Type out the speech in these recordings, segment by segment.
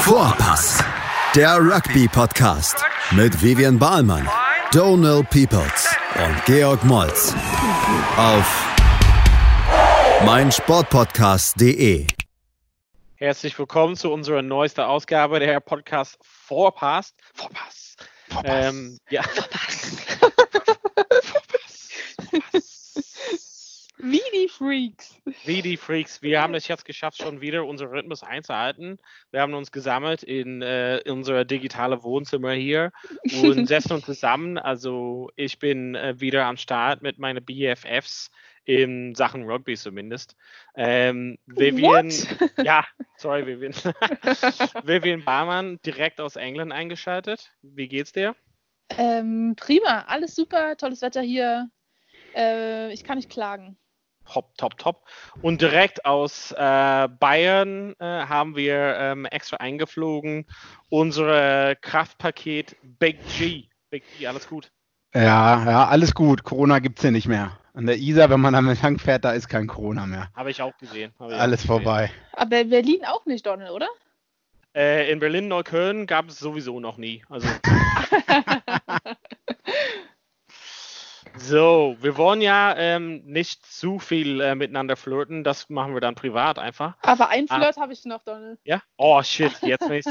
Vorpass, der Rugby-Podcast mit Vivian Bahlmann, Donald Peoples und Georg Moltz auf meinsportpodcast.de. Herzlich willkommen zu unserer neuesten Ausgabe der Podcast Vorpass. Vorpass. Ja. Wie die Freaks. Wir haben es jetzt geschafft, schon wieder unseren Rhythmus einzuhalten. Wir haben uns gesammelt in unser digitales Wohnzimmer hier und setzen uns zusammen. Also ich bin wieder am Start mit meinen BFFs in Sachen Rugby zumindest. Vivian, Vivian. Vivian Bahlmann, direkt aus England eingeschaltet. Wie geht's dir? Prima, alles super, tolles Wetter hier. Ich kann nicht klagen. Top. Und direkt aus Bayern haben wir extra eingeflogen unsere Kraftpaket Big G. Big G, alles gut? Ja, alles gut. Corona gibt's hier nicht mehr. An der Isar, wenn man am Tank fährt, da ist kein Corona mehr. Habe ich auch gesehen. Alles vorbei. Aber in Berlin auch nicht, Donald, oder? In Berlin-Neukölln gab es sowieso noch nie. Also. So, wir wollen ja nicht zu viel miteinander flirten, das machen wir dann privat einfach. Aber ein Flirt habe ich noch, Donald. Ja? Oh shit, jetzt nicht.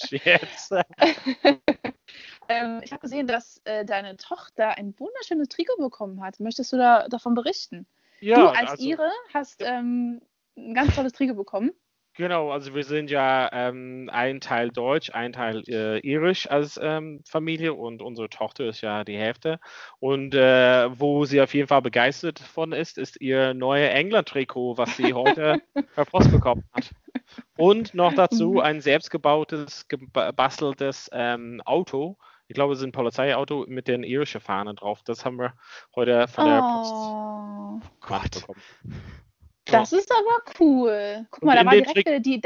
Ich habe gesehen, dass deine Tochter ein wunderschönes Trikot bekommen hat. Möchtest du davon berichten? Ja, du als Ire hast ein ganz tolles Trikot bekommen. Genau, also wir sind ja ein Teil Deutsch, ein Teil Irisch als Familie und unsere Tochter ist ja die Hälfte. Und wo sie auf jeden Fall begeistert von ist ihr neues England-Trikot, was sie heute per Post bekommen hat. Und noch dazu ein selbstgebautes, gebasteltes Auto. Ich glaube, es ist ein Polizeiauto mit den irischen Fahnen drauf. Das haben wir heute von der Post bekommen. Das ist aber cool. Guck mal, da war direkt die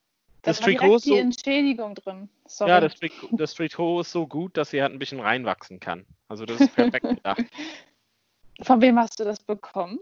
Entschädigung drin. Sorry. Ja, das Trikot ist so gut, dass sie halt ein bisschen reinwachsen kann. Also das ist perfekt gedacht. Von wem hast du das bekommen?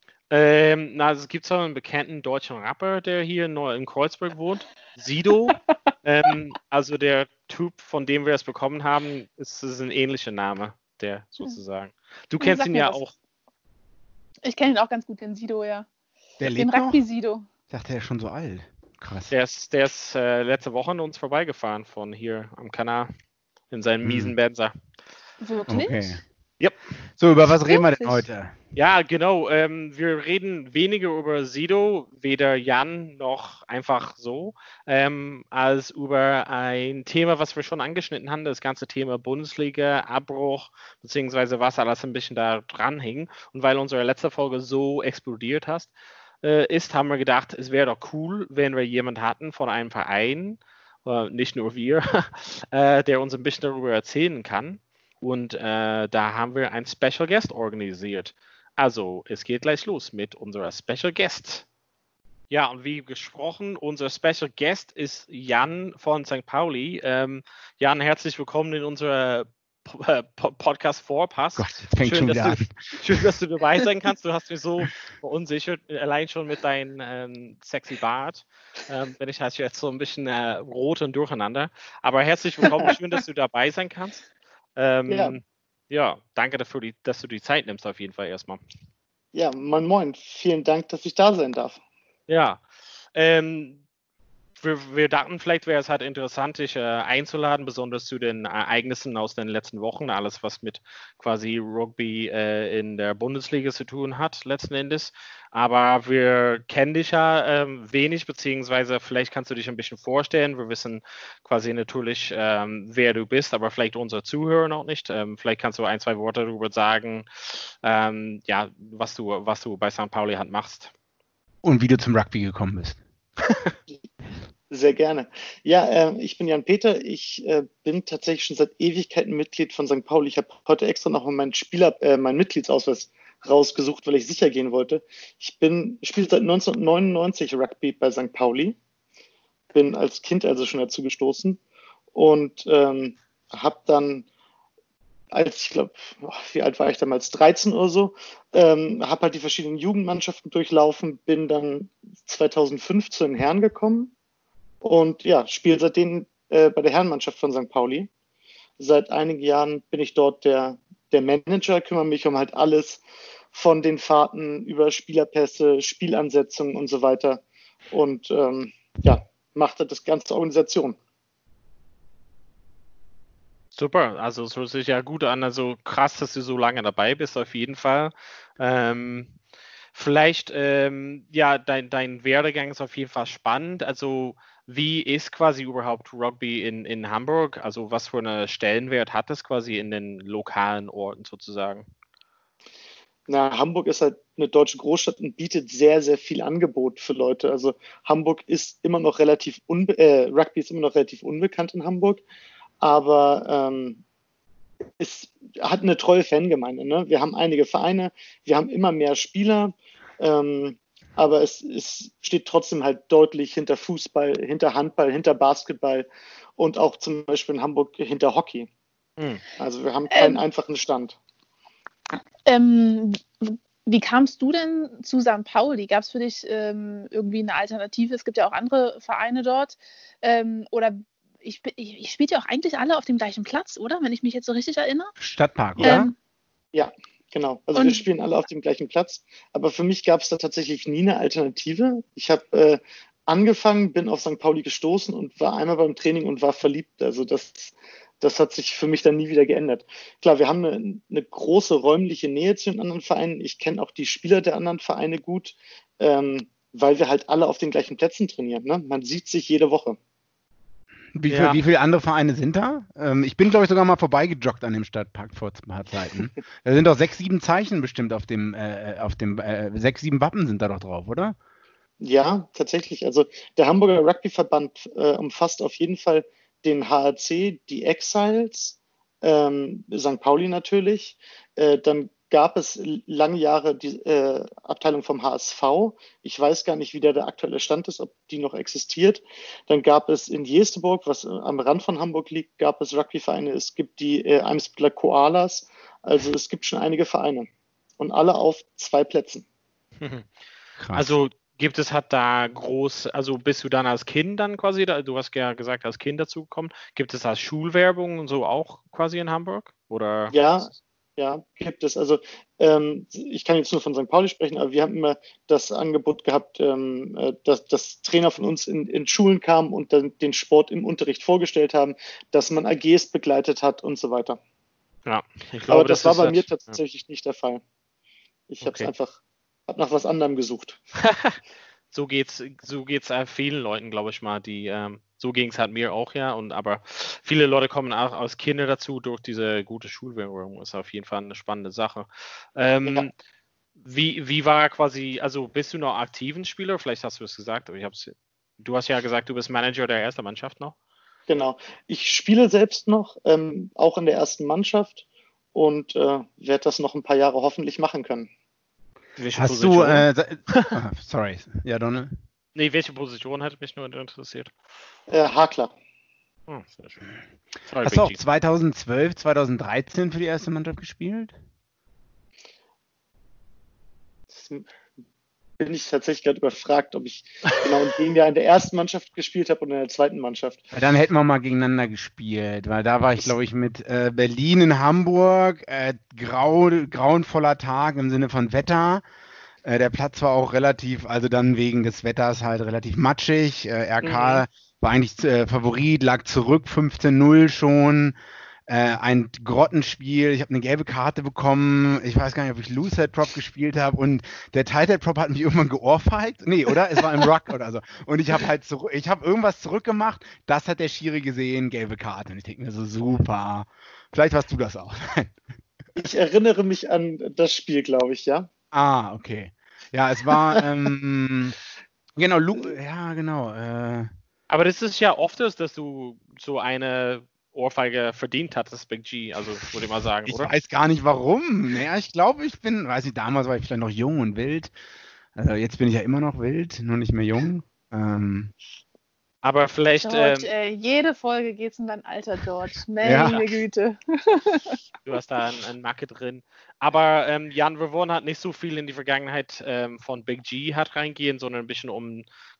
Es gibt so einen bekannten deutschen Rapper, der hier in Kreuzberg wohnt. Sido. Also der Typ, von dem wir es bekommen haben, ist ein ähnlicher Name, der sozusagen. Du kennst ihn ja auch. Ich kenne ihn auch ganz gut, den Sido, ja. Der den lebt noch? Rugby-Sido. Ich dachte, er ist schon so alt. Krass. Der ist letzte Woche an uns vorbeigefahren von hier am Kanal in seinem miesen Benzer. Wirklich? Okay. Yep. So, über was reden wir denn heute? Ja, genau. Wir reden weniger über Sido, weder Jan noch einfach so, als über ein Thema, was wir schon angeschnitten haben, das ganze Thema Bundesliga, Abbruch, beziehungsweise was alles ein bisschen da dran hing. Und weil unsere letzte Folge so explodiert ist, haben wir gedacht, es wäre doch cool, wenn wir jemanden hatten von einem Verein, nicht nur wir, der uns ein bisschen darüber erzählen kann. Und da haben wir einen Special Guest organisiert. Also, es geht gleich los mit unserer Special Guest. Ja, und wie gesprochen, unser Special Guest ist Jan von St. Pauli. Jan, herzlich willkommen in unserer Podcast Vorpass. Gott, jetzt fängt schon wieder an. Schön, dass du dabei sein kannst. Du hast mich so verunsichert, allein schon mit deinem sexy Bart. Bin ich halt jetzt so ein bisschen rot und durcheinander. Aber herzlich willkommen, schön, dass du dabei sein kannst. Ja, danke dafür, dass du die Zeit nimmst auf jeden Fall erstmal. Ja, moin. Vielen Dank, dass ich da sein darf. Ja, wir dachten, vielleicht wäre es halt interessant, dich einzuladen, besonders zu den Ereignissen aus den letzten Wochen, alles was mit quasi Rugby in der Bundesliga zu tun hat, letzten Endes. Aber wir kennen dich ja wenig, beziehungsweise vielleicht kannst du dich ein bisschen vorstellen. Wir wissen quasi natürlich, wer du bist, aber vielleicht unsere Zuhörer noch nicht. Vielleicht kannst du ein, zwei Worte darüber sagen, was du bei St. Pauli halt machst. Und wie du zum Rugby gekommen bist. Sehr gerne. Ja, ich bin Jan Peter. Ich bin tatsächlich schon seit Ewigkeiten Mitglied von St. Pauli. Ich habe heute extra noch mal meinen Mitgliedsausweis rausgesucht, weil ich sicher gehen wollte. Ich spiele seit 1999 Rugby bei St. Pauli. Bin als Kind also schon dazu gestoßen und habe dann, als ich glaube, wie alt war ich damals, 13 oder so, habe halt die verschiedenen Jugendmannschaften durchlaufen, bin dann 2005 zu den Herren gekommen und ja, spiele seitdem bei der Herrenmannschaft von St. Pauli. Seit einigen Jahren bin ich dort der Manager, kümmere mich um halt alles von den Fahrten über Spielerpässe, Spielansetzungen und so weiter und macht das ganze Organisation. Super, also es hört sich ja gut an, also krass, dass du so lange dabei bist, auf jeden Fall. Vielleicht, dein Werdegang ist auf jeden Fall spannend. Also wie ist quasi überhaupt Rugby in Hamburg? Also was für einen Stellenwert hat das quasi in den lokalen Orten sozusagen? Na, Hamburg ist halt eine deutsche Großstadt und bietet sehr, sehr viel Angebot für Leute. Also Hamburg ist immer noch Rugby ist immer noch relativ unbekannt in Hamburg, aber es hat eine treue Fangemeinde. Ne? Wir haben einige Vereine, wir haben immer mehr Spieler, aber es steht trotzdem halt deutlich hinter Fußball, hinter Handball, hinter Basketball und auch zum Beispiel in Hamburg hinter Hockey. Also wir haben keinen einfachen Stand. Wie kamst du denn zu St. Pauli? Gab es für dich irgendwie eine Alternative? Es gibt ja auch andere Vereine dort. Oder ich spiele ja auch eigentlich alle auf dem gleichen Platz, oder? Wenn ich mich jetzt so richtig erinnere. Stadtpark, oder? Ja, genau. Also wir spielen alle auf dem gleichen Platz. Aber für mich gab es da tatsächlich nie eine Alternative. Ich habe angefangen, bin auf St. Pauli gestoßen und war einmal beim Training und war verliebt. Also das hat sich für mich dann nie wieder geändert. Klar, wir haben eine große räumliche Nähe zu den anderen Vereinen. Ich kenne auch die Spieler der anderen Vereine gut, weil wir halt alle auf den gleichen Plätzen trainieren. Ne? Man sieht sich jede Woche. Wie viele andere Vereine sind da? Ich bin, glaube ich, sogar mal vorbeigejoggt an dem Stadtpark vor ein paar Zeiten. Da sind doch 6, 7 Zeichen bestimmt auf dem 6, 7 Wappen sind da doch drauf, oder? Ja, tatsächlich. Also der Hamburger Rugbyverband umfasst auf jeden Fall den HRC, die Exiles, St. Pauli natürlich. Dann gab es lange Jahre die Abteilung vom HSV. Ich weiß gar nicht, wie der aktuelle Stand ist, ob die noch existiert. Dann gab es in Jesteburg, was am Rand von Hamburg liegt, gab es Rugbyvereine. Es gibt die Eimsbütteler Koalas. Also es gibt schon einige Vereine. Und alle auf 2 Plätzen. Krass. Also gibt es also bist du dann als Kind dann quasi, du hast ja gesagt, als Kind dazugekommen, gibt es als Schulwerbung und so auch quasi in Hamburg? Oder? Ja, gibt es. Also ich kann jetzt nur von St. Pauli sprechen, aber wir haben immer das Angebot gehabt, dass Trainer von uns in Schulen kamen und dann den Sport im Unterricht vorgestellt haben, dass man AGs begleitet hat und so weiter. Ja, ich glaube, aber das war bei mir tatsächlich nicht der Fall. Ich habe nach was anderem gesucht. So geht's vielen Leuten, glaube ich mal, die so ging es halt mir auch, ja. Aber viele Leute kommen auch als Kinder dazu durch diese gute Schulwerbung. Ist auf jeden Fall eine spannende Sache. Wie war quasi, also bist du noch aktiven Spieler? Vielleicht hast du es gesagt, aber du hast ja gesagt, du bist Manager der ersten Mannschaft noch. Genau. Ich spiele selbst noch, auch in der ersten Mannschaft und werde das noch ein paar Jahre hoffentlich machen können. Hast du, sorry, ja, Donald? Nee, welche Position hat mich nur interessiert? Hakler. Oh, sehr schön. Hast du auch 2012, 2013 für die erste Mannschaft gespielt? Bin ich tatsächlich gerade überfragt, ob ich genau in dem Jahr in der ersten Mannschaft gespielt habe und in der zweiten Mannschaft. Dann hätten wir mal gegeneinander gespielt, weil da war ich, glaube ich, mit Berlin in Hamburg, grauenvoller Tag im Sinne von Wetter. Der Platz war auch relativ, also dann wegen des Wetters halt relativ matschig. RK war eigentlich Favorit, lag zurück, 15-0 schon. Ein Grottenspiel, ich habe eine gelbe Karte bekommen, ich weiß gar nicht, ob ich Loose Head Prop gespielt habe und der Tight Head Prop hat mich irgendwann geohrfeigt. Nee, oder? Es war im Ruck oder so. Und ich habe halt irgendwas zurückgemacht, das hat der Schiri gesehen, gelbe Karte. Und ich denke mir so, super. Vielleicht warst du das auch. Ich erinnere mich an das Spiel, glaube ich, ja. Ah, okay. Ja, es war, genau, ja, genau. Aber das ist ja oft, dass du so eine Ohrfeige verdient hat, das Big G, also würde ich mal sagen, oder? Ich weiß gar nicht warum. Naja, ich glaube, weiß nicht, damals war ich vielleicht noch jung und wild. Also jetzt bin ich ja immer noch wild, nur nicht mehr jung. Aber vielleicht... George, jede Folge geht es um dein Alter, George. Meine Güte. Du hast da ein Macke drin. Aber Jan, wir wollen halt nicht so viel in die Vergangenheit von Big G reingehen, sondern ein bisschen um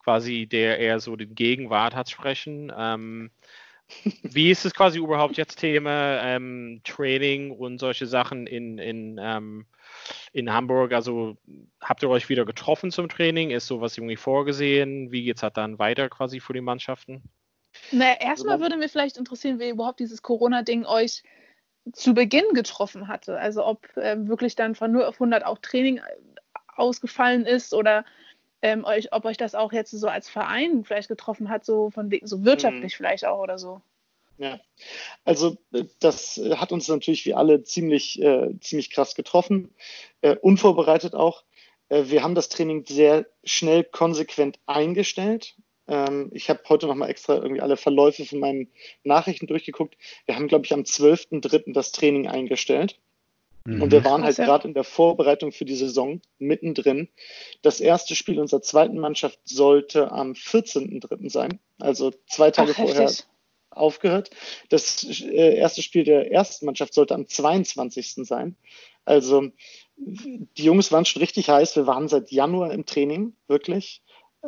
quasi der eher so die Gegenwart hat sprechen. Wie ist es quasi überhaupt jetzt Thema Training und solche Sachen in Hamburg? Also habt ihr euch wieder getroffen zum Training? Ist sowas irgendwie vorgesehen? Wie geht's halt dann weiter quasi für die Mannschaften? Naja, erstmal würde mich vielleicht interessieren, wie überhaupt dieses Corona-Ding euch zu Beginn getroffen hatte. Also ob wirklich dann von 0 auf 100 auch Training ausgefallen ist oder ob euch das auch jetzt so als Verein vielleicht getroffen hat, so von wegen so wirtschaftlich vielleicht auch oder so. Ja, also das hat uns natürlich wie alle ziemlich krass getroffen, unvorbereitet auch. Wir haben das Training sehr schnell konsequent eingestellt. Ich habe heute nochmal extra irgendwie alle Verläufe von meinen Nachrichten durchgeguckt. Wir haben, glaube ich, am 12.03. das Training eingestellt. Und wir waren halt gerade in der Vorbereitung für die Saison mittendrin. Das erste Spiel unserer zweiten Mannschaft sollte am 14.03. sein, also 2 Tage vorher aufgehört. Das erste Spiel der ersten Mannschaft sollte am 22. sein. Also die Jungs waren schon richtig heiß. Wir waren seit Januar im Training, wirklich.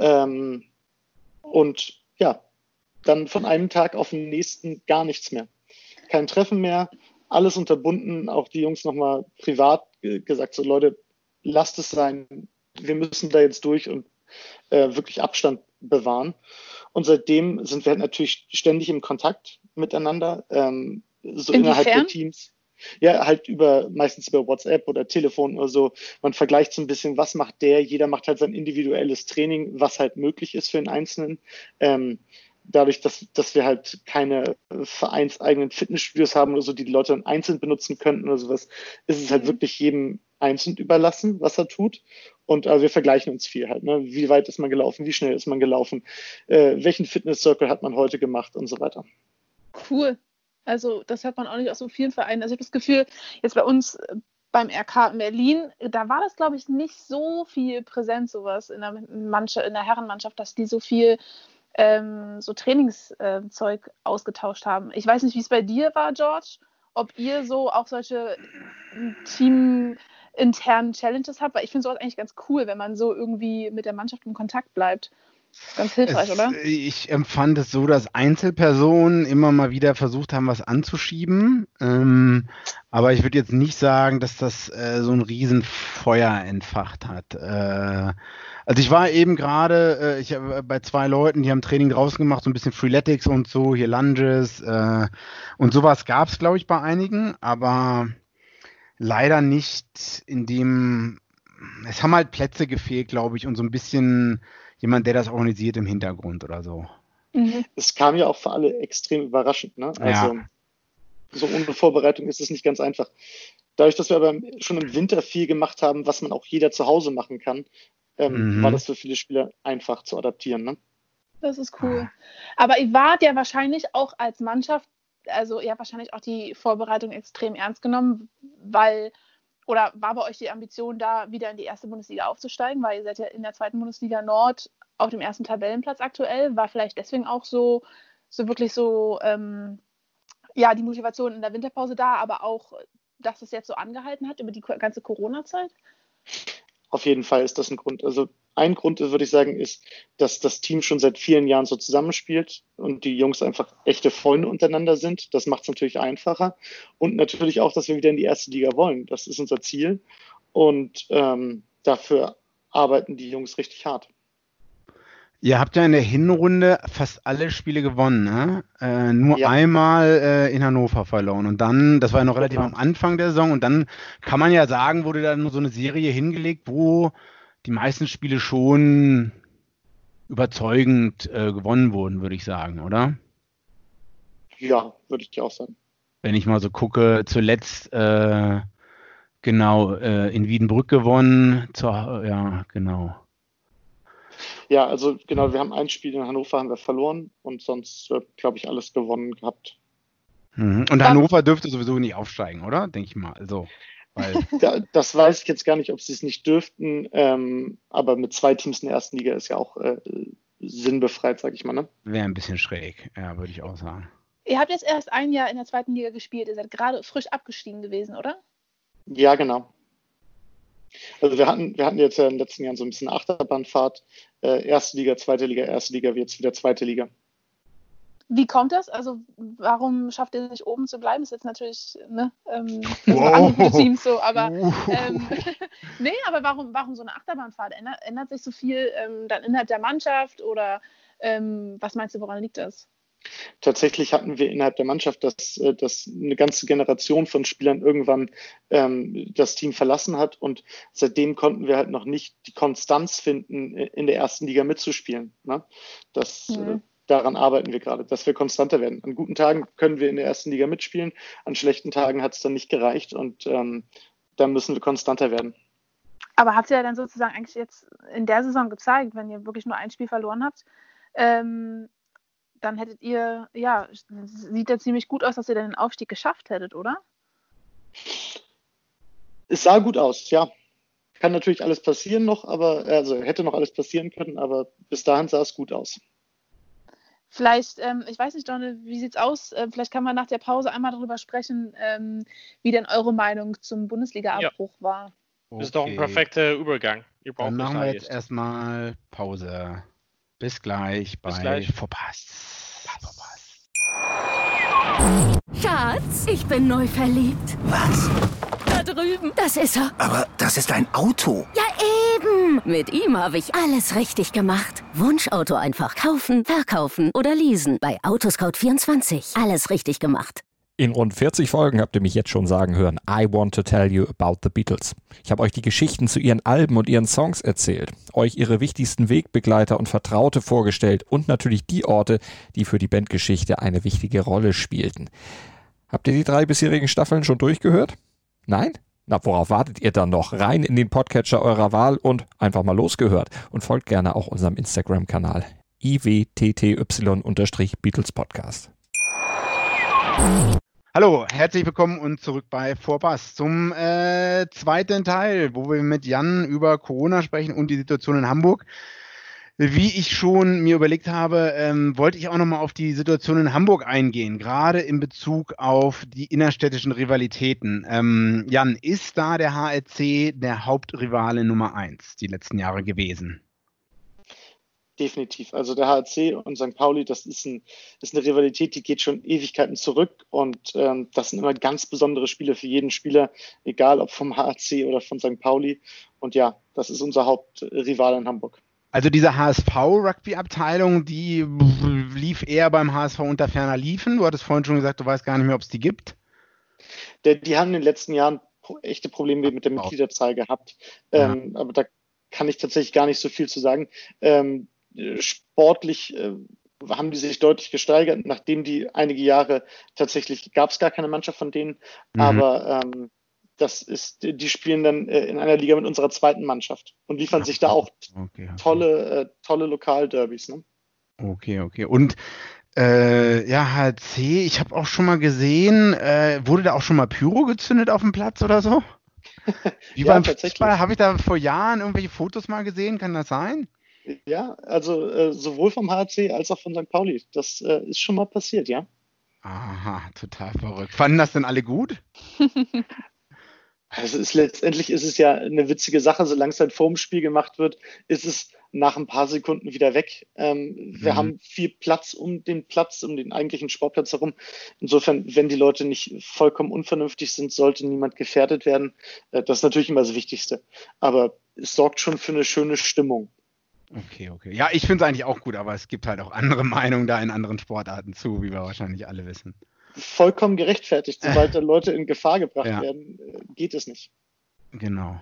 Und ja, dann von einem Tag auf den nächsten gar nichts mehr. Kein Treffen mehr. Alles unterbunden, auch die Jungs nochmal privat gesagt, so Leute, lasst es sein, wir müssen da jetzt durch und wirklich Abstand bewahren. Und seitdem sind wir halt natürlich ständig im Kontakt miteinander, so innerhalb der Teams. Ja, halt meistens über WhatsApp oder Telefon oder so. Man vergleicht so ein bisschen, was macht der? Jeder macht halt sein individuelles Training, was halt möglich ist für den Einzelnen. Dadurch, dass wir halt keine vereinseigenen Fitnessstudios haben oder so, die Leute dann einzeln benutzen könnten oder sowas, ist es halt wirklich jedem einzeln überlassen, was er tut. Und wir vergleichen uns viel halt. Ne? Wie weit ist man gelaufen? Wie schnell ist man gelaufen? Welchen Fitness-Circle hat man heute gemacht und so weiter. Cool. Also das hört man auch nicht aus so vielen Vereinen. Also ich habe das Gefühl, jetzt bei uns beim RK in Berlin, da war das, glaube ich, nicht so viel präsent, sowas in der Herrenmannschaft, dass die so viel so Trainingszeug ausgetauscht haben. Ich weiß nicht, wie es bei dir war, George, ob ihr so auch solche teaminternen Challenges habt, weil ich finde sowas eigentlich ganz cool, wenn man so irgendwie mit der Mannschaft in Kontakt bleibt. Ganz hilfreich, oder? Ich empfand es so, dass Einzelpersonen immer mal wieder versucht haben, was anzuschieben. Aber ich würde jetzt nicht sagen, dass das so ein Riesenfeuer entfacht hat. Also ich war eben gerade, ich habe bei 2 Leuten, die haben Training draußen gemacht, so ein bisschen Freeletics und so, hier Lunges und sowas gab es, glaube ich, bei einigen, aber leider nicht in dem, es haben halt Plätze gefehlt, glaube ich, und so ein bisschen jemand, der das organisiert im Hintergrund oder so. Es kam ja auch für alle extrem überraschend, ne? Also so ohne Vorbereitung ist es nicht ganz einfach. Dadurch, dass wir aber schon im Winter viel gemacht haben, was man auch jeder zu Hause machen kann, war das für viele Spieler einfach zu adaptieren, ne? Das ist cool. Aber ihr wart ja wahrscheinlich auch als Mannschaft, also ihr habt wahrscheinlich auch die Vorbereitung extrem ernst genommen, oder war bei euch die Ambition, da wieder in die erste Bundesliga aufzusteigen? Weil ihr seid ja in der zweiten Bundesliga Nord auf dem ersten Tabellenplatz aktuell. War vielleicht deswegen auch so wirklich so, die Motivation in der Winterpause da, aber auch, dass es jetzt so angehalten hat über die ganze Corona-Zeit? Auf jeden Fall ist das ein Grund. Also ein Grund, würde ich sagen, ist, dass das Team schon seit vielen Jahren so zusammenspielt und die Jungs einfach echte Freunde untereinander sind. Das macht es natürlich einfacher. Und natürlich auch, dass wir wieder in die erste Liga wollen. Das ist unser Ziel. Und dafür arbeiten die Jungs richtig hart. Ihr habt ja in der Hinrunde fast alle Spiele gewonnen, ne? Nur einmal in Hannover verloren. Und dann, das war ja noch relativ am Anfang der Saison, und dann kann man ja sagen, wurde dann so eine Serie hingelegt, wo die meisten Spiele schon überzeugend gewonnen wurden, würde ich sagen, oder? Ja, würde ich dir auch sagen. Wenn ich mal so gucke, zuletzt in Wiedenbrück gewonnen, genau. Ja, also genau, wir haben ein Spiel in Hannover haben wir verloren und sonst, glaube ich, alles gewonnen gehabt. Und Hannover dürfte sowieso nicht aufsteigen, oder? Denke ich mal. Also, das weiß ich jetzt gar nicht, ob sie es nicht dürften, aber mit 2 Teams in der ersten Liga ist ja auch sinnbefreit, sage ich mal. Ne? Wäre ein bisschen schräg, ja, würde ich auch sagen. Ihr habt jetzt erst ein Jahr in der zweiten Liga gespielt, ihr seid gerade frisch abgestiegen gewesen, oder? Ja, genau. Also wir hatten jetzt ja in den letzten Jahren so ein bisschen Achterbahnfahrt, erste Liga, zweite Liga, erste Liga, wie jetzt wieder zweite Liga. Wie kommt das? Also warum schafft ihr nicht oben zu bleiben? Ist jetzt natürlich das waren andere gute Teams so, aber nee, aber warum so eine Achterbahnfahrt? Ändert sich so viel dann innerhalb der Mannschaft oder was meinst du, woran liegt das? Tatsächlich hatten wir innerhalb der Mannschaft, dass eine ganze Generation von Spielern irgendwann das Team verlassen hat und seitdem konnten wir halt noch nicht die Konstanz finden, in der ersten Liga mitzuspielen. Ne? Daran arbeiten wir gerade, dass wir konstanter werden. An guten Tagen können wir in der ersten Liga mitspielen, an schlechten Tagen hat es dann nicht gereicht und da müssen wir konstanter werden. Aber habt ihr ja dann sozusagen eigentlich jetzt in der Saison gezeigt, wenn ihr wirklich nur ein Spiel verloren habt, dann hättet ihr, ja, sieht ja ziemlich gut aus, dass ihr dann den Aufstieg geschafft hättet, oder? Es sah gut aus, ja. Kann natürlich alles passieren noch, aber also hätte noch alles passieren können, aber bis dahin sah es gut aus. Vielleicht, ich weiß nicht, Donne, wie sieht's aus? Vielleicht kann man nach der Pause einmal darüber sprechen, wie denn eure Meinung zum Bundesliga-Abbruch war. Das ist doch ein perfekter Übergang. Dann machen wir jetzt erstmal Pause. Bis gleich bei Vorpass. Schatz, ich bin neu verliebt. Was? Da drüben. Das ist er. Aber das ist ein Auto. Ja, eben. Mit ihm habe ich alles richtig gemacht. Wunschauto einfach kaufen, verkaufen oder leasen. Bei Autoscout24. Alles richtig gemacht. In rund 40 Folgen habt ihr mich jetzt schon sagen hören, I want to tell you about the Beatles. Ich habe euch die Geschichten zu ihren Alben und ihren Songs erzählt, euch ihre wichtigsten Wegbegleiter und Vertraute vorgestellt und natürlich die Orte, die für die Bandgeschichte eine wichtige Rolle spielten. Habt ihr die 3 bisherigen Staffeln schon durchgehört? Nein? Na, worauf wartet ihr dann noch? Rein in den Podcatcher eurer Wahl und einfach mal losgehört. Und folgt gerne auch unserem Instagram-Kanal iwtty_Beatles Podcast. Hallo, herzlich willkommen und zurück bei Vorpass zum zweiten Teil, wo wir mit Jan über Corona sprechen und die Situation in Hamburg. Wie ich schon mir überlegt habe, wollte ich auch nochmal auf die Situation in Hamburg eingehen, gerade in Bezug auf die innerstädtischen Rivalitäten. Jan, ist da der HRC der Hauptrivale Nummer 1 die letzten Jahre gewesen? Definitiv. Also der HRC und St. Pauli, das ist eine Rivalität, die geht schon Ewigkeiten zurück und das sind immer ganz besondere Spiele für jeden Spieler, egal ob vom HRC oder von St. Pauli. Und ja, das ist unser Hauptrivale in Hamburg. Also diese HSV-Rugby-Abteilung, die lief eher beim HSV unter ferner Liefen. Du hattest vorhin schon gesagt, du weißt gar nicht mehr, ob es die gibt. Die haben in den letzten Jahren echte Probleme mit der Mitgliederzahl gehabt. Ja. Aber da kann ich tatsächlich gar nicht so viel zu sagen. Sportlich haben die sich deutlich gesteigert, nachdem die einige Jahre tatsächlich gab es gar keine Mannschaft von denen, aber die spielen dann in einer Liga mit unserer zweiten Mannschaft und liefern sich da auch tolle Lokalderbys. Ne? Okay. Und HC, ich habe auch schon mal gesehen, wurde da auch schon mal Pyro gezündet auf dem Platz oder so? Wie beim Fußball, habe ich da vor Jahren irgendwelche Fotos mal gesehen, kann das sein? Ja, also sowohl vom HRC als auch von St. Pauli. Das ist schon mal passiert, ja. Aha, total verrückt. Fanden das denn alle gut? Also letztendlich ist es ja eine witzige Sache, solange es halt vor dem Spiel gemacht wird, ist es nach ein paar Sekunden wieder weg. Wir haben viel Platz um den eigentlichen Sportplatz herum. Insofern, wenn die Leute nicht vollkommen unvernünftig sind, sollte niemand gefährdet werden. Das ist natürlich immer das Wichtigste. Aber es sorgt schon für eine schöne Stimmung. Okay. Ja, ich finde es eigentlich auch gut, aber es gibt halt auch andere Meinungen da in anderen Sportarten zu, wie wir wahrscheinlich alle wissen. Vollkommen gerechtfertigt. Sobald da Leute in Gefahr gebracht werden, geht es nicht. Genau.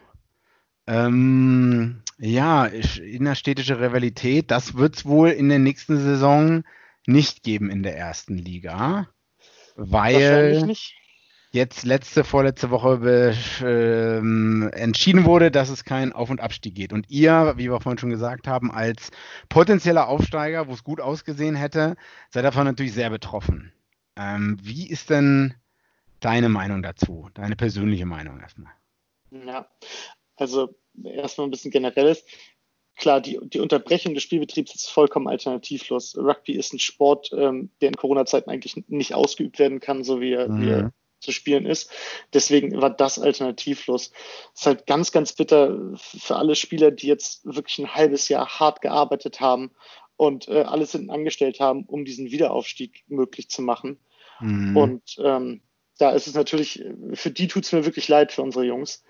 Innerstädtische Rivalität, das wird es wohl in der nächsten Saison nicht geben in der ersten Liga, weil jetzt vorletzte Woche entschieden wurde, dass es keinen Auf- und Abstieg geht. Und ihr, wie wir vorhin schon gesagt haben, als potenzieller Aufsteiger, wo es gut ausgesehen hätte, seid davon natürlich sehr betroffen. Wie ist denn deine Meinung dazu? Deine persönliche Meinung erstmal? Ja, also erstmal ein bisschen generelles. Klar, die Unterbrechung des Spielbetriebs ist vollkommen alternativlos. Rugby ist ein Sport, der in Corona-Zeiten eigentlich nicht ausgeübt werden kann, so wie er zu spielen ist. Deswegen war das alternativlos. Es ist halt ganz, ganz bitter für alle Spieler, die jetzt wirklich ein halbes Jahr hart gearbeitet haben und alles hinten angestellt haben, um diesen Wiederaufstieg möglich zu machen. Und da ist es natürlich, für die tut es mir wirklich leid, für unsere Jungs.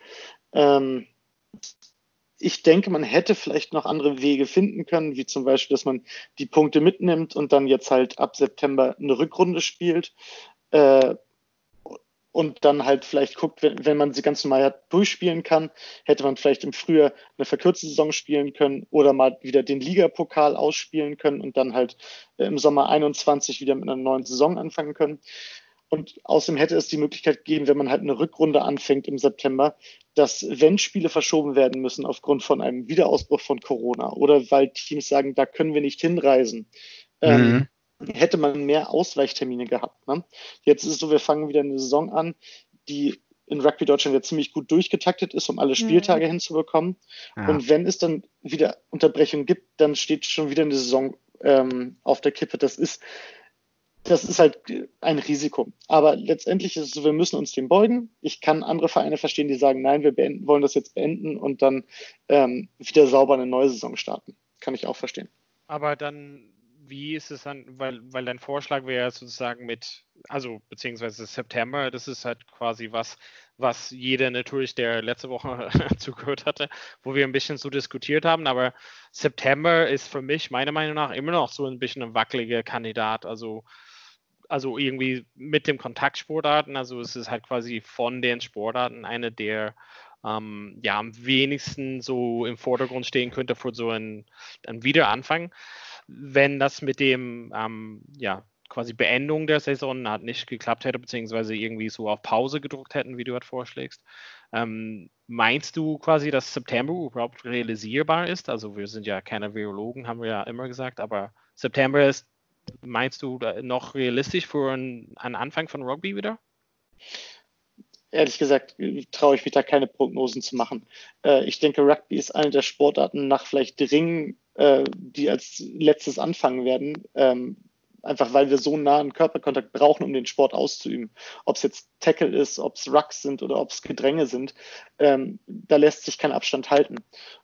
Ich denke, man hätte vielleicht noch andere Wege finden können, wie zum Beispiel, dass man die Punkte mitnimmt und dann jetzt halt ab September eine Rückrunde spielt. Und dann halt vielleicht guckt, wenn man sie ganz normal durchspielen kann, hätte man vielleicht im Frühjahr eine verkürzte Saison spielen können oder mal wieder den Ligapokal ausspielen können und dann halt im Sommer 21 wieder mit einer neuen Saison anfangen können. Und außerdem hätte es die Möglichkeit gegeben, wenn man halt eine Rückrunde anfängt im September, dass, wenn Spiele verschoben werden müssen aufgrund von einem Wiederausbruch von Corona oder weil Teams sagen, da können wir nicht hinreisen, hätte man mehr Ausweichtermine gehabt. Ne? Jetzt ist es so, wir fangen wieder eine Saison an, die in Rugby Deutschland ja ziemlich gut durchgetaktet ist, um alle Spieltage hinzubekommen. Ja. Und wenn es dann wieder Unterbrechungen gibt, dann steht schon wieder eine Saison auf der Kippe. Das ist halt ein Risiko. Aber letztendlich ist es so, wir müssen uns dem beugen. Ich kann andere Vereine verstehen, die sagen, nein, wir wollen das jetzt beenden und dann wieder sauber eine neue Saison starten. Kann ich auch verstehen. Aber dann, wie ist es dann, weil dein Vorschlag wäre sozusagen beziehungsweise September, das ist halt quasi was jeder natürlich, der letzte Woche zugehört hatte, wo wir ein bisschen so diskutiert haben, aber September ist für mich meiner Meinung nach immer noch so ein bisschen ein wackeliger Kandidat, also irgendwie mit dem Kontaktsportarten, also es ist halt quasi von den Sportarten eine der am wenigsten so im Vordergrund stehen könnte für so ein Wiederanfang. Wenn das mit dem quasi Beendung der Saison halt nicht geklappt hätte, beziehungsweise irgendwie so auf Pause gedrückt hätten, wie du halt vorschlägst, meinst du quasi, dass September überhaupt realisierbar ist? Also wir sind ja keine Virologen, haben wir ja immer gesagt, aber September ist, meinst du, noch realistisch für einen Anfang von Rugby wieder? Ehrlich gesagt traue ich mich da keine Prognosen zu machen. Ich denke, Rugby ist eine der Sportarten nach vielleicht Ringen, die als letztes anfangen werden, einfach weil wir so einen nahen Körperkontakt brauchen, um den Sport auszuüben. Ob es jetzt Tackle ist, ob es Rucks sind oder ob es Gedränge sind, da lässt sich kein Abstand halten.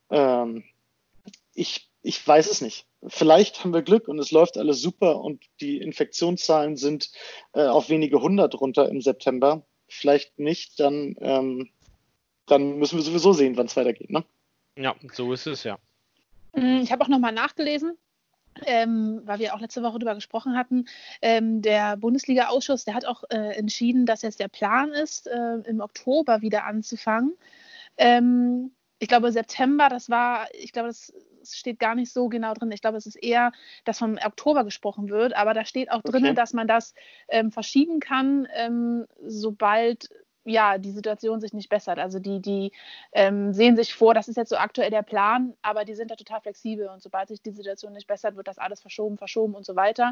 Ich weiß es nicht. Vielleicht haben wir Glück und es läuft alles super und die Infektionszahlen sind auf wenige 100 runter im September. Vielleicht nicht, dann müssen wir sowieso sehen, wann es weitergeht. Ne? Ja, so ist es, ja. Ich habe auch nochmal nachgelesen, weil wir auch letzte Woche darüber gesprochen hatten. Der Bundesliga-Ausschuss, der hat auch entschieden, dass jetzt der Plan ist, im Oktober wieder anzufangen. Ich glaube, September, das steht gar nicht so genau drin. Ich glaube, es ist eher, dass vom Oktober gesprochen wird, aber da steht auch drin, dass man das verschieben kann, sobald die Situation sich nicht bessert. Also die sehen sich vor, das ist jetzt so aktuell der Plan, aber die sind da total flexibel und sobald sich die Situation nicht bessert, wird das alles verschoben und so weiter.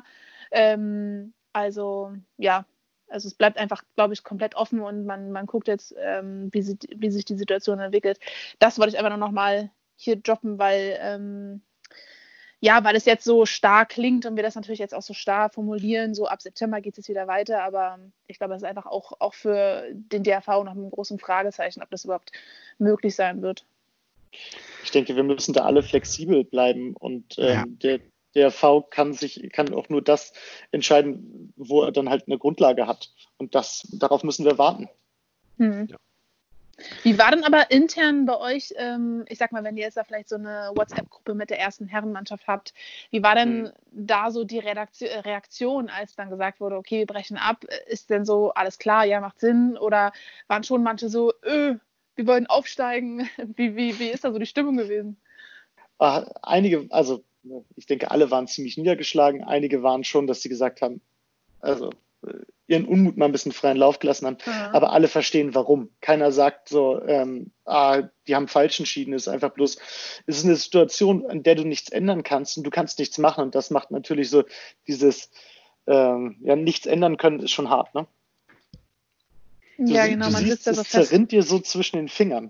Also es bleibt einfach, glaube ich, komplett offen und man guckt jetzt, wie sich die Situation entwickelt. Das wollte ich einfach noch mal hier droppen, weil es jetzt so stark klingt und wir das natürlich jetzt auch so stark formulieren, so ab September geht es wieder weiter, aber ich glaube, das ist einfach auch für den DRV noch ein großes Fragezeichen, ob das überhaupt möglich sein wird. Ich denke, wir müssen da alle flexibel bleiben und der DRV kann auch nur das entscheiden, wo er dann halt eine Grundlage hat und darauf müssen wir warten. Ja. Wie war denn aber intern bei euch, ich sag mal, wenn ihr jetzt da vielleicht so eine WhatsApp-Gruppe mit der ersten Herrenmannschaft habt, wie war denn da so die Reaktion, als dann gesagt wurde, okay, wir brechen ab, ist denn so alles klar, ja, macht Sinn, oder waren schon manche so, wir wollen aufsteigen, wie ist da so die Stimmung gewesen? Einige, also ich denke, alle waren ziemlich niedergeschlagen, einige waren schon, dass sie gesagt haben, also ihren Unmut mal ein bisschen freien Lauf gelassen haben, aber alle verstehen, warum. Keiner sagt so, die haben falsch entschieden, es ist einfach bloß, es ist eine Situation, an der du nichts ändern kannst und du kannst nichts machen und das macht natürlich so dieses, nichts ändern können, ist schon hart, ne? Du siehst, es zerrinnt dir so zwischen den Fingern.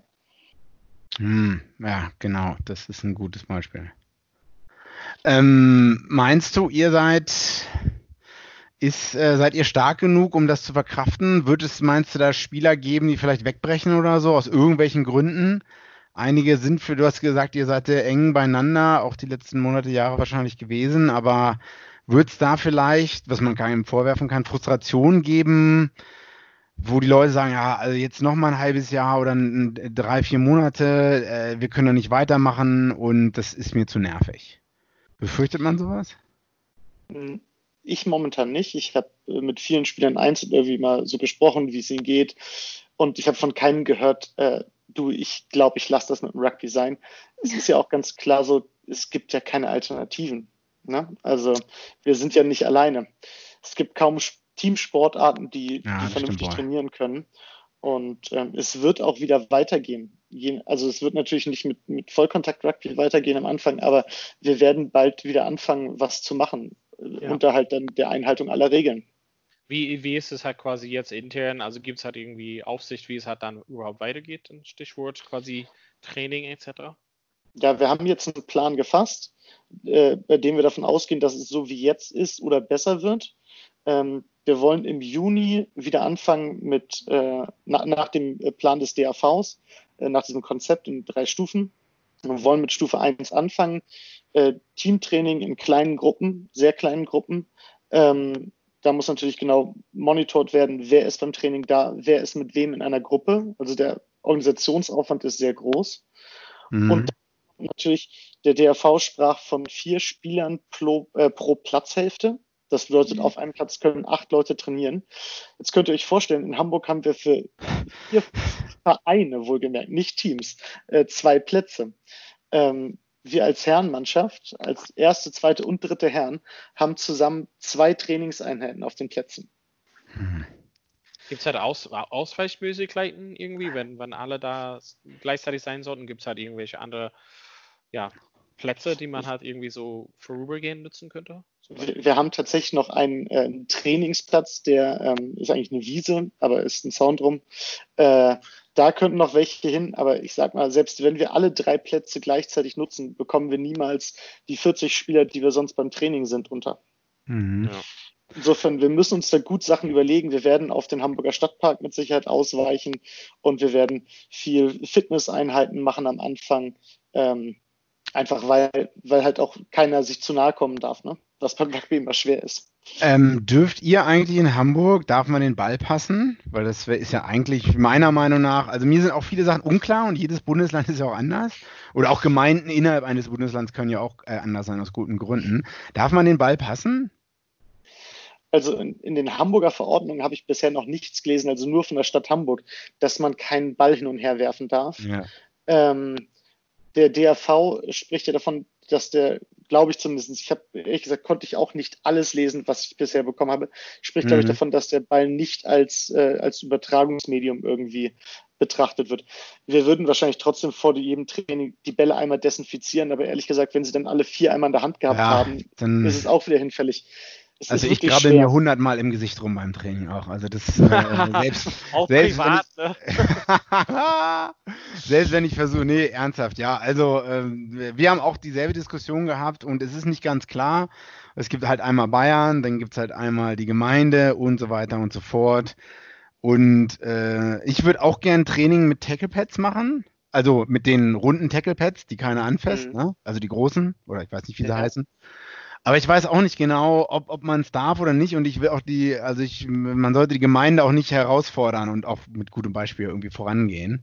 Ja, genau, das ist ein gutes Beispiel. Meinst du, ihr seid Seid ihr stark genug, um das zu verkraften? Meinst du, da Spieler geben, die vielleicht wegbrechen oder so, aus irgendwelchen Gründen? Einige sind du hast gesagt, ihr seid sehr eng beieinander, auch die letzten Monate, Jahre wahrscheinlich gewesen, aber wird es da vielleicht, was man keinem vorwerfen kann, Frustration geben, wo die Leute sagen, ja, also jetzt noch mal ein halbes Jahr oder 3, 4 Monate, wir können da nicht weitermachen und das ist mir zu nervig. Befürchtet man sowas? Ich momentan nicht. Ich habe mit vielen Spielern einzeln irgendwie mal so gesprochen, wie es ihnen geht. Und ich habe von keinem gehört, ich glaube, ich lasse das mit dem Rugby sein. Es ist ja auch ganz klar so, es gibt ja keine Alternativen. Ne? Also wir sind ja nicht alleine. Es gibt kaum Teamsportarten, die vernünftig trainieren können. Und es wird auch wieder weitergehen. Also es wird natürlich nicht mit Vollkontakt-Rugby weitergehen am Anfang, aber wir werden bald wieder anfangen, was zu machen. Unter halt dann der Einhaltung aller Regeln. Wie ist es halt quasi jetzt intern? Also gibt es halt irgendwie Aufsicht, wie es halt dann überhaupt weitergeht? Ein Stichwort quasi Training etc.? Ja, wir haben jetzt einen Plan gefasst, bei dem wir davon ausgehen, dass es so wie jetzt ist oder besser wird. Wir wollen im Juni wieder anfangen mit nach dem Plan des DAVs, nach diesem Konzept in 3 Stufen. Wir wollen mit Stufe 1 anfangen, Teamtraining in kleinen Gruppen, sehr kleinen Gruppen. Da muss natürlich genau monitort werden, wer ist beim Training da, wer ist mit wem in einer Gruppe. Also der Organisationsaufwand ist sehr groß. Und natürlich, der DAV sprach von 4 Spielern pro Platzhälfte. Das bedeutet, auf einem Platz können 8 Leute trainieren. Jetzt könnt ihr euch vorstellen, in Hamburg haben wir für 4 Vereine, wohlgemerkt, nicht Teams, 2 Plätze. Wir als Herrenmannschaft, als erste, zweite und dritte Herren, haben zusammen 2 Trainingseinheiten auf den Plätzen. Gibt es halt Ausweichmöglichkeiten irgendwie, wenn alle da gleichzeitig sein sollten? Gibt es halt irgendwelche andere Plätze, die man halt irgendwie so vorübergehend nutzen könnte? Wir haben tatsächlich noch einen Trainingsplatz, der ist eigentlich eine Wiese, aber ist ein Zaun drum. Da könnten noch welche hin, aber ich sag mal, selbst wenn wir alle 3 Plätze gleichzeitig nutzen, bekommen wir niemals die 40 Spieler, die wir sonst beim Training sind, unter. Ja. Insofern, wir müssen uns da gut Sachen überlegen. Wir werden auf den Hamburger Stadtpark mit Sicherheit ausweichen und wir werden viel Fitnesseinheiten machen am Anfang, einfach weil halt auch keiner sich zu nahe kommen darf, ne? Was beim Rugby immer schwer ist. Dürft ihr eigentlich in Hamburg, darf man den Ball passen? Weil das ist ja eigentlich meiner Meinung nach, also mir sind auch viele Sachen unklar und jedes Bundesland ist ja auch anders. Oder auch Gemeinden innerhalb eines Bundeslands können ja auch anders sein aus guten Gründen. Darf man den Ball passen? Also in den Hamburger Verordnungen habe ich bisher noch nichts gelesen, also nur von der Stadt Hamburg, dass man keinen Ball hin und her werfen darf. Ja. Der DAV spricht ja davon, dass der, glaube ich zumindest, ich habe ehrlich gesagt, konnte ich auch nicht alles lesen, was ich bisher bekommen habe, spricht, glaube ich, davon, dass der Ball nicht als Übertragungsmedium irgendwie betrachtet wird. Wir würden wahrscheinlich trotzdem vor jedem Training die Bälle einmal desinfizieren, aber ehrlich gesagt, wenn sie dann alle 4 einmal in der Hand gehabt haben, dann ist es auch wieder hinfellig. Also ich grabe mir 100 Mal im Gesicht rum beim Training auch. Also das selbst privat, ne? Selbst wenn ich versuche, nee, ernsthaft, ja. Also wir haben auch dieselbe Diskussion gehabt und es ist nicht ganz klar. Es gibt halt einmal Bayern, dann gibt es halt einmal die Gemeinde und so weiter und so fort. Und ich würde auch gern Training mit Tackle-Pads machen. Also mit den runden Tackle-Pads, die keiner anfasst, ne? Also die großen, oder ich weiß nicht, wie sie heißen. Aber ich weiß auch nicht genau, ob man es darf oder nicht. Und ich will auch man sollte die Gemeinde auch nicht herausfordern und auch mit gutem Beispiel irgendwie vorangehen.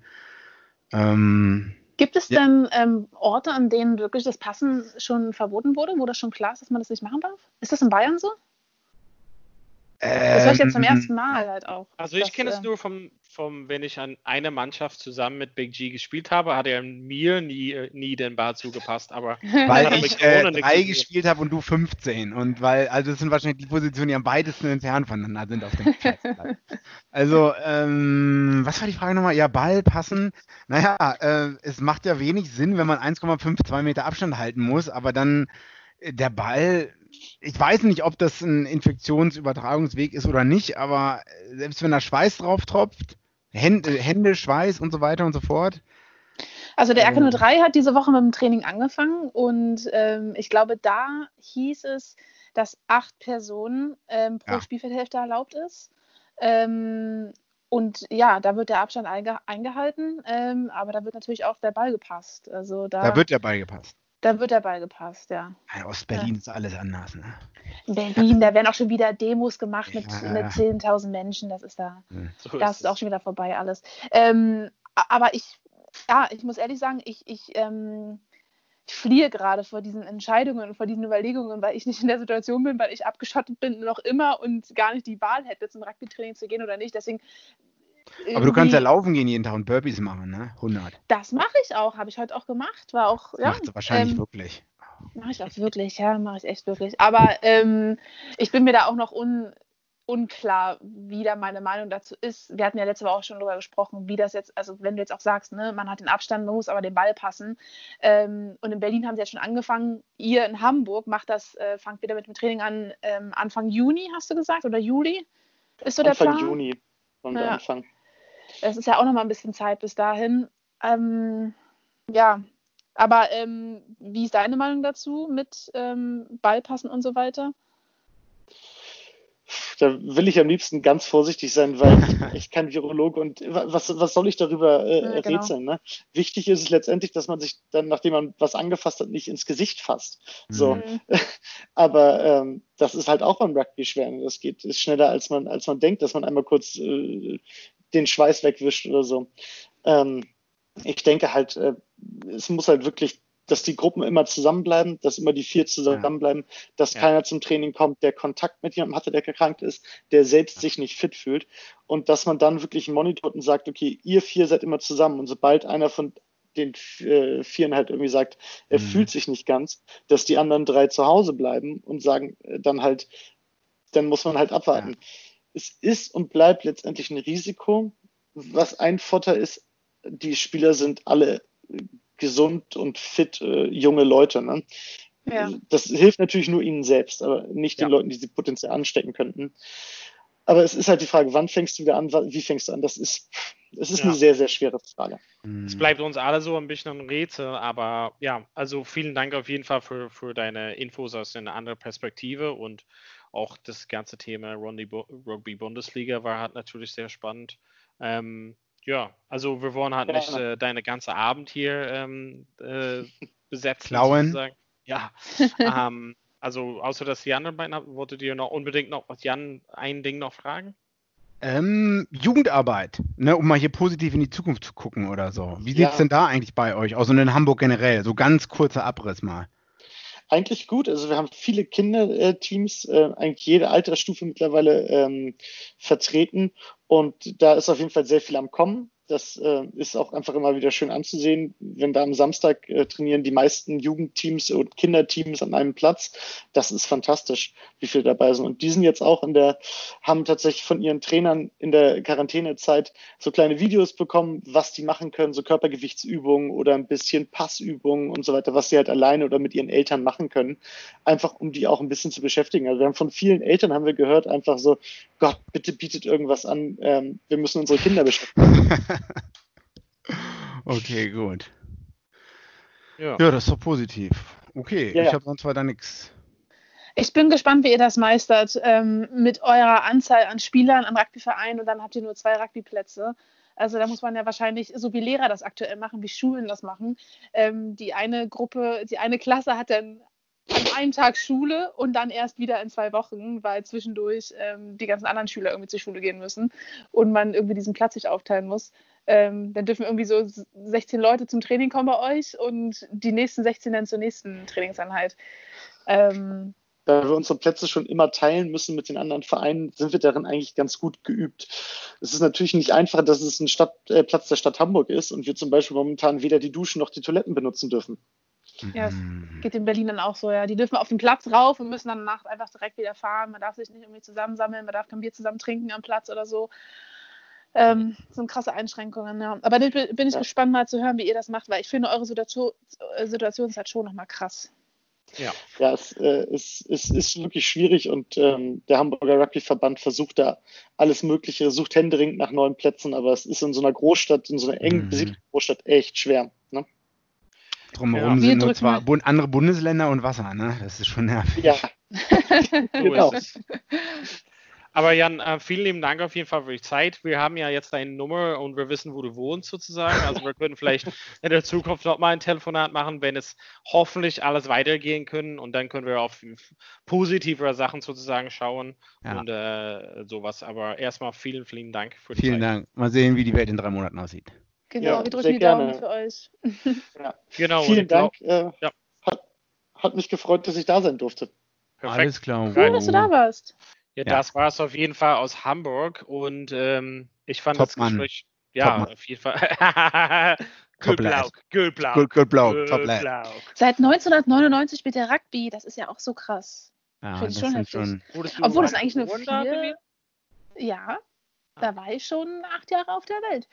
Gibt es denn Orte, an denen wirklich das Passen schon verboten wurde, wo das schon klar ist, dass man das nicht machen darf? Ist das in Bayern so? Das höre ich jetzt zum ersten Mal halt auch. Also ich kenne es nur vom, wenn ich an einer Mannschaft zusammen mit Big G gespielt habe, hat er mir nie den Ball zugepasst. Aber weil ich 3 gespielt habe und du 15. Und also das sind wahrscheinlich die Positionen, die am weitesten entfernt voneinander sind auf dem Platz. Also, was war die Frage nochmal? Ja, Ball passen. Naja, es macht ja wenig Sinn, wenn man 1,52 Meter Abstand halten muss, aber dann der Ball, ich weiß nicht, ob das ein Infektionsübertragungsweg ist oder nicht, aber selbst wenn da Schweiß drauf tropft, Hände, Schweiß und so weiter und so fort. Also der RK03 hat diese Woche mit dem Training angefangen und ich glaube, da hieß es, dass 8 Personen pro Spielfeldhälfte erlaubt ist. Und ja, da wird der Abstand eingehalten, aber da wird natürlich auch der Ball gepasst. Also Da wird der Ball gepasst. Da wird der Ball gepasst, ja. In Ostberlin ist alles anders, ne? In Berlin, da werden auch schon wieder Demos gemacht mit 10.000 Menschen. Das ist da. So Das ist auch schon wieder vorbei alles. Aber ich muss ehrlich sagen, ich fliehe gerade vor diesen Entscheidungen und vor diesen Überlegungen, weil ich nicht in der Situation bin, weil ich abgeschottet bin noch immer und gar nicht die Wahl hätte, zum Rugby-Training zu gehen oder nicht. Deswegen. Aber du kannst ja laufen gehen jeden Tag und Burpees machen, ne? 100. Das mache ich auch, habe ich heute auch gemacht. War auch, ja. Macht sie wahrscheinlich wirklich. Mache ich auch wirklich, ja, mache ich echt wirklich. Aber ich bin mir da auch noch unklar, wie da meine Meinung dazu ist. Wir hatten ja letzte Woche auch schon darüber gesprochen, wie das jetzt, also wenn du jetzt auch sagst, ne, man hat den Abstand, man muss aber den Ball passen. Und in Berlin haben sie jetzt schon angefangen. Ihr in Hamburg fangt wieder mit dem Training an, Anfang Juni, hast du gesagt, oder Juli? Ist so der Plan? Anfang Juni wollen wir anfangen. Es ist ja auch noch mal ein bisschen Zeit bis dahin. Ja, aber wie ist deine Meinung dazu mit Ballpassen und so weiter? Da will ich am liebsten ganz vorsichtig sein, weil ich kein Virologe und was soll ich darüber rätseln? Ne? Wichtig ist es letztendlich, dass man sich dann, nachdem man was angefasst hat, nicht ins Gesicht fasst. So. Aber das ist halt auch beim Rugby schwer. Das ist schneller, als man denkt, dass man einmal kurz den Schweiß wegwischt oder so. Ich denke halt, es muss halt wirklich, dass die Gruppen immer zusammenbleiben, dass immer die 4 zusammenbleiben, dass keiner zum Training kommt, der Kontakt mit jemandem hatte, der erkrankt ist, der selbst sich nicht fit fühlt und dass man dann wirklich monitort und sagt, okay, ihr 4 seid immer zusammen und sobald einer von den 4 halt irgendwie sagt, er fühlt sich nicht ganz, dass die anderen 3 zu Hause bleiben und sagen dann muss man halt abwarten. Ja. Es ist und bleibt letztendlich ein Risiko. Was ein Vorteil ist, die Spieler sind alle gesund und fit, junge Leute. Ne? Ja. Das hilft natürlich nur ihnen selbst, aber nicht den Leuten, die sie potenziell anstecken könnten. Aber es ist halt die Frage, wann fängst du wieder an, wie fängst du an? Es ist eine sehr, sehr schwere Frage. Es bleibt uns alle so ein bisschen ein Rätsel, aber ja, also vielen Dank auf jeden Fall für deine Infos aus einer anderen Perspektive und auch das ganze Thema Rugby-Bundesliga war halt natürlich sehr spannend. Ja, also wir wollen halt nicht deine ganze Abend hier besetzen. Klauen. Sozusagen. Ja, also außer dass die anderen beiden hatten, wolltet ihr noch unbedingt noch Jan ein Ding noch fragen? Jugendarbeit, ne, um mal hier positiv in die Zukunft zu gucken oder so. Wie sieht es denn da eigentlich bei euch aus und in Hamburg generell? So ganz kurzer Abriss mal. Eigentlich gut. Also wir haben viele Kinderteams, eigentlich jede Altersstufe mittlerweile vertreten und da ist auf jeden Fall sehr viel am Kommen. Das ist auch einfach immer wieder schön anzusehen, wenn da am Samstag trainieren die meisten Jugendteams und Kinderteams an einem Platz. Das ist fantastisch, wie viele dabei sind. Und die sind jetzt auch haben tatsächlich von ihren Trainern in der Quarantänezeit so kleine Videos bekommen, was die machen können, so Körpergewichtsübungen oder ein bisschen Passübungen und so weiter, was sie halt alleine oder mit ihren Eltern machen können, einfach um die auch ein bisschen zu beschäftigen. Also wir haben von vielen Eltern haben wir gehört, einfach so, Gott, bitte bietet irgendwas an, wir müssen unsere Kinder beschäftigen. Okay, gut. Ja, das ist doch positiv. Okay, ich habe sonst weiter nichts. Ich bin gespannt, wie ihr das meistert mit eurer Anzahl an Spielern am Rugbyverein und dann habt ihr nur 2 Rugbyplätze. Also da muss man ja wahrscheinlich, so wie Lehrer das aktuell machen, wie Schulen das machen. Die eine Klasse hat dann an einem Tag Schule und dann erst wieder in 2 Wochen, weil zwischendurch die ganzen anderen Schüler irgendwie zur Schule gehen müssen und man irgendwie diesen Platz sich aufteilen muss. Dann dürfen irgendwie so 16 Leute zum Training kommen bei euch und die nächsten 16 dann zur nächsten Trainingseinheit. Da wir unsere Plätze schon immer teilen müssen mit den anderen Vereinen, sind wir darin eigentlich ganz gut geübt. Es ist natürlich nicht einfach, dass es ein Platz der Stadt Hamburg ist und wir zum Beispiel momentan weder die Duschen noch die Toiletten benutzen dürfen. Ja, es geht in Berlin dann auch so, ja. Die dürfen auf den Platz rauf und müssen dann nachts einfach direkt wieder fahren. Man darf sich nicht irgendwie zusammensammeln, man darf kein Bier zusammen trinken am Platz oder so. So krasse Einschränkungen, ja. Aber da bin ich gespannt mal zu hören, wie ihr das macht, weil ich finde, eure Situation ist halt schon nochmal krass. Ja, es ist wirklich schwierig und der Hamburger Rugbyverband versucht da alles Mögliche, sucht händeringend nach neuen Plätzen, aber es ist in so einer Großstadt, in so einer eng besiedelten Großstadt echt schwer. Ne? Drumherum sind nur zwar andere Bundesländer und Wasser, ne? Das ist schon nervig. Ja, Genau. ist es. Aber Jan, vielen lieben Dank auf jeden Fall für die Zeit. Wir haben ja jetzt deine Nummer und wir wissen, wo du wohnst sozusagen. Also wir können vielleicht in der Zukunft noch mal ein Telefonat machen, wenn es hoffentlich alles weitergehen können. Und dann können wir auf positivere Sachen sozusagen schauen und sowas. Aber erstmal vielen, vielen Dank für die Zeit. Vielen Dank. Mal sehen, wie die Welt in 3 Monaten aussieht. Genau, Ja, wir drücken sehr die Daumen gerne. für euch. Ja. Genau. und Vielen ich glaub- Dank. Hat mich gefreut, dass ich da sein durfte. Perfekt. Alles klar. Cool, dass du da warst. Ja, das war es auf jeden Fall aus Hamburg und ich fand Top das Mann. Gespräch, ja, Top Mann. auf jeden Fall. Gülblau. Good Blau, top lad. Seit 1999 spielt er Rugby. Das ist ja auch so krass. Ja, Finde ich das schon sind heftig. schon. Obwohl das eigentlich nur geboren da, 4... Berlin? Ja, da war ich schon 8 Jahre auf der Welt.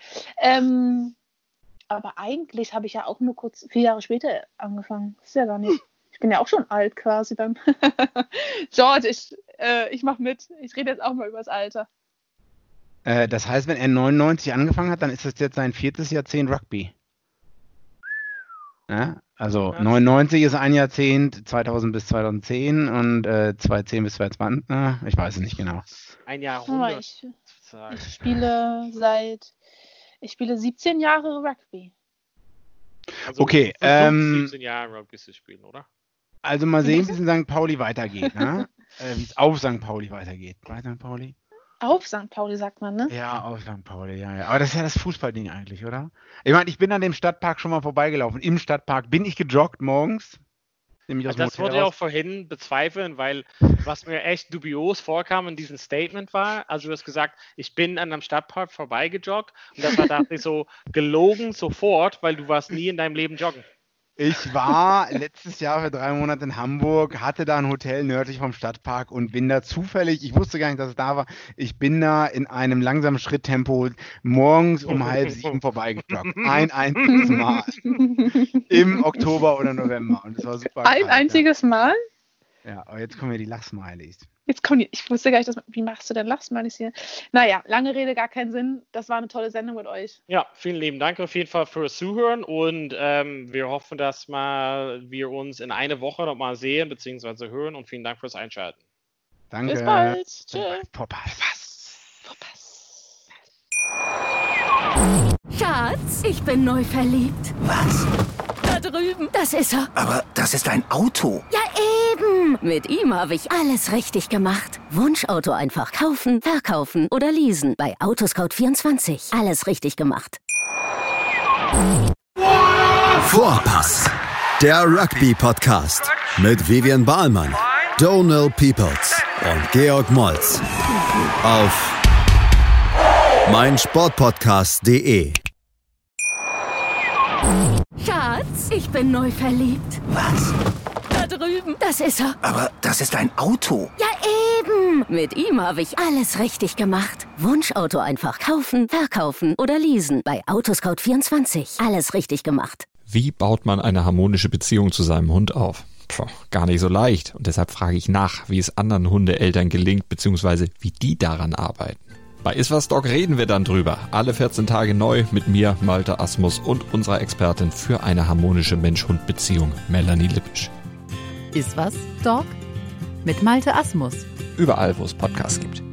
Aber eigentlich habe ich ja auch nur kurz 4 Jahre später angefangen. Das ist ja gar nicht. Ich bin ja auch schon alt quasi dann. George, ich mache mit. Ich rede jetzt auch mal über das Alter. Das heißt, wenn er 99 angefangen hat, dann ist das jetzt sein 4. Jahrzehnt Rugby. Ja? Also Ja. 99 ist ein Jahrzehnt, 2000 bis 2010 und 2010 bis 2020. Ich weiß es nicht genau. Ein Aber Jahrhundert ich sozusagen. spiele 17 Jahre Rugby. Also Okay, 17 Jahre Rugby zu spielen, oder? Also mal sehen, wie es in St. Pauli weitergeht. Ne? Wie es auf St. Pauli weitergeht. Bei St. Pauli? Auf St. Pauli sagt man, ne? Ja, auf St. Pauli, ja. Aber das ist ja das Fußballding eigentlich, oder? Ich meine, ich bin an dem Stadtpark schon mal vorbeigelaufen. Im Stadtpark bin ich gejoggt morgens. Nämlich aus dem Das Hotel wollte ich auch raus. vorhin bezweifeln, weil was mir echt dubios vorkam in diesem Statement war, also du hast gesagt, ich bin an einem Stadtpark vorbeigejoggt und das war dachte ich so gelogen sofort, weil du warst nie in deinem Leben joggen. Ich war letztes Jahr für 3 Monate in Hamburg, hatte da ein Hotel nördlich vom Stadtpark und bin da zufällig, ich wusste gar nicht, dass es da war, ich bin da in einem langsamen Schritttempo morgens um 6:30 vorbeigejoggt. Ein einziges Mal. Im Oktober oder November. Und das war super. Ein kalt, einziges Mal? Ja, aber jetzt kommen ja die Lachsmileys. Jetzt kommt ich wusste gar nicht, wie machst du denn Lachsmileys hier? Naja, lange Rede, gar keinen Sinn. Das war eine tolle Sendung mit euch. Ja, vielen lieben Dank auf jeden Fall fürs Zuhören und wir hoffen, dass wir uns in einer Woche nochmal sehen bzw. hören und vielen Dank fürs Einschalten. Danke. Bis bald. Tschüss. Schatz, ich bin neu verliebt. Was? Da drüben. Das ist er. Aber das ist ein Auto. Ja, eben. Mit ihm habe ich alles richtig gemacht. Wunschauto einfach kaufen, verkaufen oder leasen. Bei Autoscout24. Alles richtig gemacht. Vorpass, der Rugby-Podcast mit Vivian Bahlmann, Donald Peoples und Georg Moltz auf meinsportpodcast.de. Schatz, ich bin neu verliebt. Was? Da drüben. Das ist er. Aber das ist ein Auto. Ja, eben. Mit ihm habe ich alles richtig gemacht. Wunschauto einfach kaufen, verkaufen oder leasen. Bei Autoscout24. Alles richtig gemacht. Wie baut man eine harmonische Beziehung zu seinem Hund auf? Gar nicht so leicht. Und deshalb frage ich nach, wie es anderen Hundeeltern gelingt, beziehungsweise wie die daran arbeiten. Bei Iswas Dog reden wir dann drüber. Alle 14 Tage neu mit mir, Malte Asmus und unserer Expertin für eine harmonische Mensch-Hund-Beziehung, Melanie Lippisch. Iswas Dog mit Malte Asmus. Überall, wo es Podcasts gibt.